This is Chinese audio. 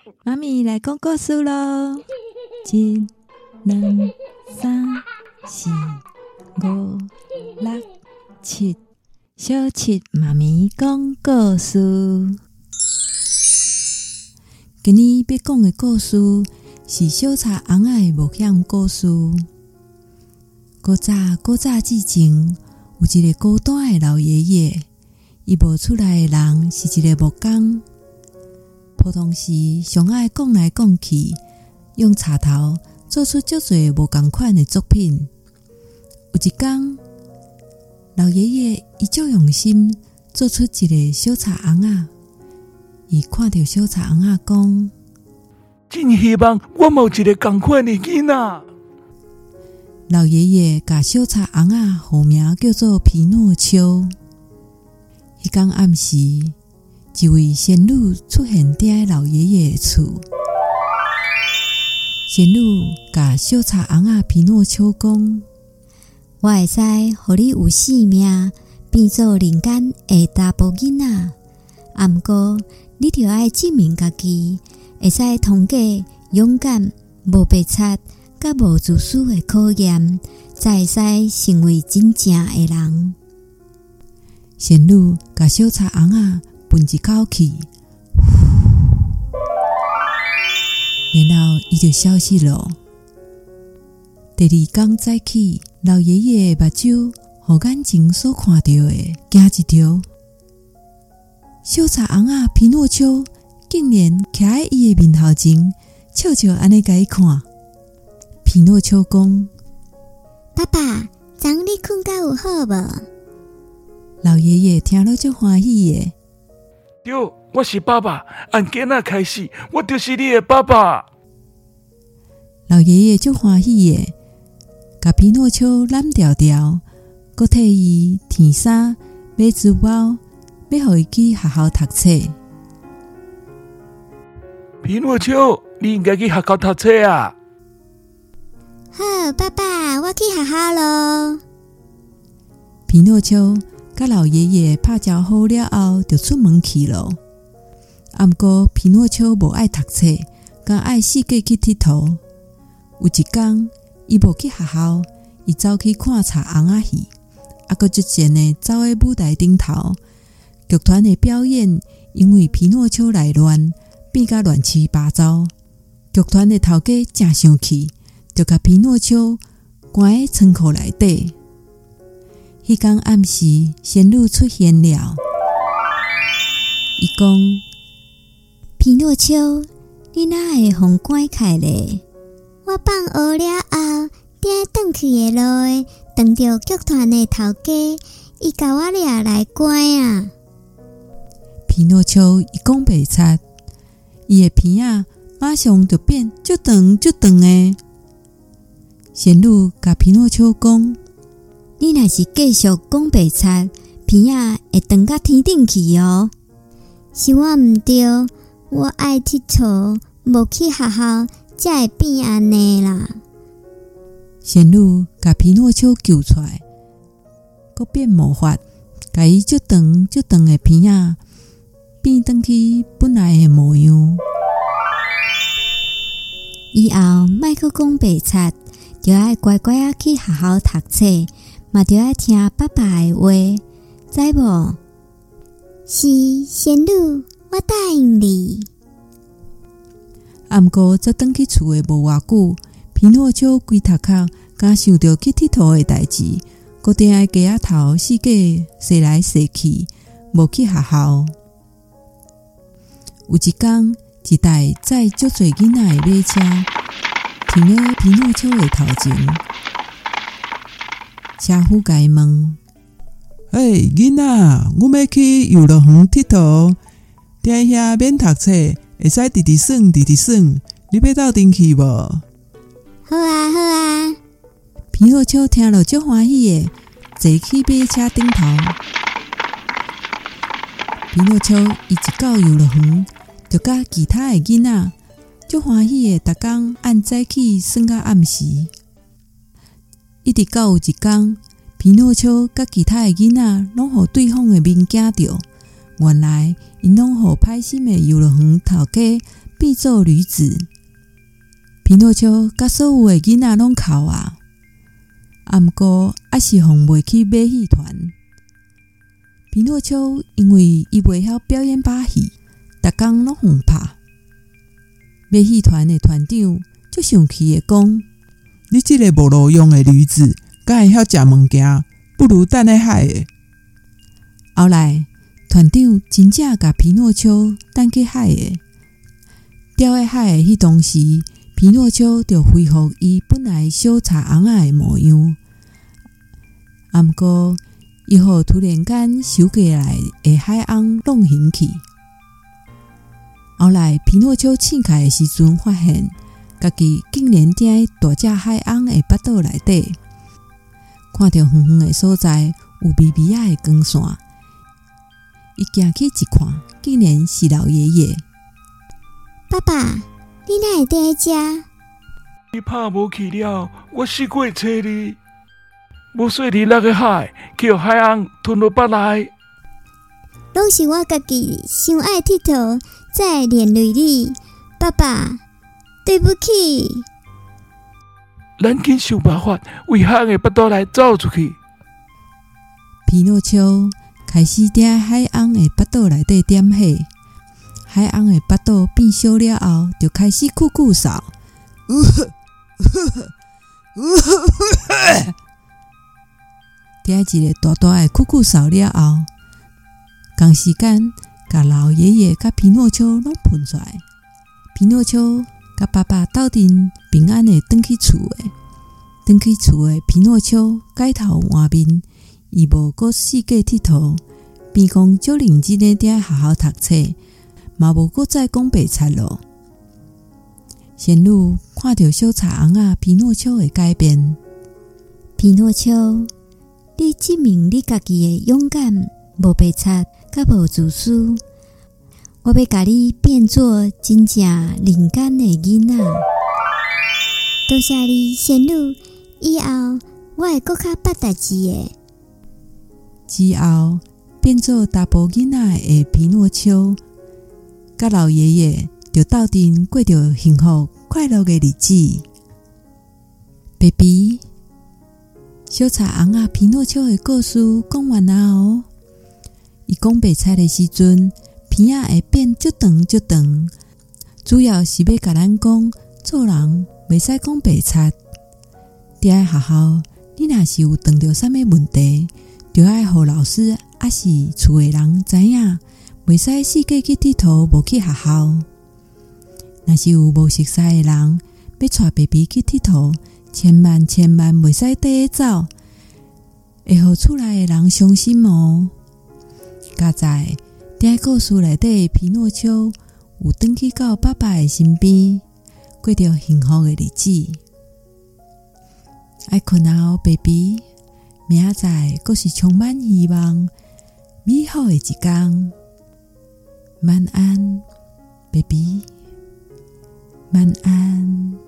妈咪来讲故事咯！1、2、3、4、5、6、7，小七妈咪讲故事。今日要讲的故事是小茶翁仔的冒险故事。古早之前，有一个孤单的老爷爷，伊无出来的人是一个木工。普通时上爱讲来讲去，用插头做出足侪无同款的作品。有一天，老爷爷伊足用心做出一个小茶翁仔。伊看到小茶翁仔讲： 真希望我有一个同款的囡仔。 老爷爷把小茶翁仔号名叫做皮诺丘。迄天暗时，一位仙女出现在老爷爷的厝。仙女甲小茶翁仔皮诺丘讲：我会使互你有性命，变做人间的查甫囡仔。啊，毋过你着爱证明家己，会使通过勇敢、无白贼、甲无自私的考验，才会使成为真正的人。仙女甲小茶翁仔喷一口气，然后伊就消失了。第二天早起，老爷爷的目睭互眼睛所看到的惊一跳。小茶翁仔皮诺丘竟然徛在伊的面头前，笑笑安尼甲伊看。皮诺丘讲：爸爸，昨你困觉有好无？老爷爷听了足欢喜的。 对，我是爸爸，按今仔开始，我就是你的爸爸。 老爷爷足欢喜的，甲皮诺丘揽条条，佮替伊添衫、买书包，要互伊去学校读册。 皮诺丘，你应该去学校读册啊！ 好，爸爸，我去学校咯。 皮诺丘甲老爷爷拍招呼了后，就出门去了。啊，毋过皮诺丘无爱读册，敢爱四界去佚佗。有一天，伊无去学校，伊走去看茶翁仔戏，啊，佮足前的走在舞台顶头。剧团的表演因为皮诺丘来乱，变甲乱七八糟。剧团的头家正生气，就甲皮诺丘关在仓库内底。迄天暗时，仙女出现了。伊讲：皮诺丘，你哪会互关起来咧？ 我放学了后，踮转去的路撞到剧团的头家，伊甲我抓来关啊！ 皮诺丘一讲白贼，伊的鼻仔马上就变足长足长的。仙女甲皮诺丘讲：你若是继续讲白贼，鼻仔会长到天顶去哦。 是我毋对，我爱佚佗，无去学校，才会变安尼啦。 仙女甲皮诺丘救出来，佮变魔法，甲伊足长足长的鼻仔变回去本来的模样。以后莫去讲白贼，就要乖乖啊去学校读册，嘛就要听爸爸的话，知无？ 是仙女，我答应你。 啊，毋过才转去厝的无偌久，皮诺丘规头壳敢想到去佚佗的代志，佮踮在街仔头四界踅来踅去，无去学校。有一天，一台载足侪囡仔的马车停在皮诺丘的头前。车夫甲伊问： 嘿，囡仔，我要去游乐园佚佗，踮遐免读册，会使直直耍直直耍，你要斗阵去无？ 好啊，好啊。 皮诺丘听了足欢喜的，坐去马车顶头。皮诺丘伊一到游乐园，就甲其他的囡仔足欢喜的，逐工按早起耍到暗时。一直到有一天，皮诺丘甲其他的囡仔拢互对方的面惊到，原来因拢互歹心的游乐园头家变变做驴子。皮诺丘甲所有的囡仔拢哭啊，毋过还是放袂去马戏团。皮诺丘因为伊袂晓表演把戏，逐工拢互拍。马戏团的团长就生气的讲： 你这个无路用的驴子，敢会晓食物件，不如等咧海的。 后来团长真正甲皮诺丘等去海的。钓喺海的迄当时，皮诺丘就恢复伊本来小茶翁仔的模样。毋过，伊互突然间收过来的海翁弄醒去。后来，皮诺丘醒起的时阵，发现家己竟然踮喺大只海翁的腹肚内底，看到远远的所在有微微仔的光线。伊行去一看，竟然是老爷爷。 爸爸，你哪会伫喺遮？ 你拍无去了，我死过找你。无说你落个海，去互海翁吞落腹内。 拢是我家己伤爱佚佗，才会连累你。爸爸，对不起。 咱紧想办法，为海翁的腹肚内走出去。 皮诺丘开始踮在海翁的腹肚内底点火，海翁的腹肚变小了后，就开始哭哭嗽。踮一个大大的哭哭嗽了后，同时间，甲老爷爷甲皮诺丘拢喷出来。皮诺丘甲爸爸斗阵平安的返去厝的。返去厝的皮诺丘改头换面，伊无搁四界佚佗，边讲足认真的踮学校读册，嘛无搁再讲白贼咯。仙女看到小茶翁仔皮诺丘的改变， 皮诺丘，你证明你家己的勇敢、无白贼、甲无自私。我要甲你变做真正人间的囡仔。多谢你，仙女。以后我会搁较捌代志的。 之后变做查甫囡仔的皮诺丘，甲老爷爷就斗阵过着幸福快乐的日子。baby， 小茶翁仔皮诺丘的故事讲完了哦。伊讲白菜的时阵，鼻仔会变足长足长，主要是要甲咱讲，做人袂使讲白菜。伫喺学校，你若是有碰到啥物问题，就要互老师还是厝的人知影，袂使四界去佚佗，无去学校。若是有无熟悉的人要带 baby 去佚佗，千万袂使跟走，会互厝内的人伤心哦。加在伫喺故事内底，皮诺丘有返去到爸爸的身边，过着幸福的日子。爱困啊 ，baby， 明仔载阁是充满希望、美好的一天。晚安 ，baby， 晚安。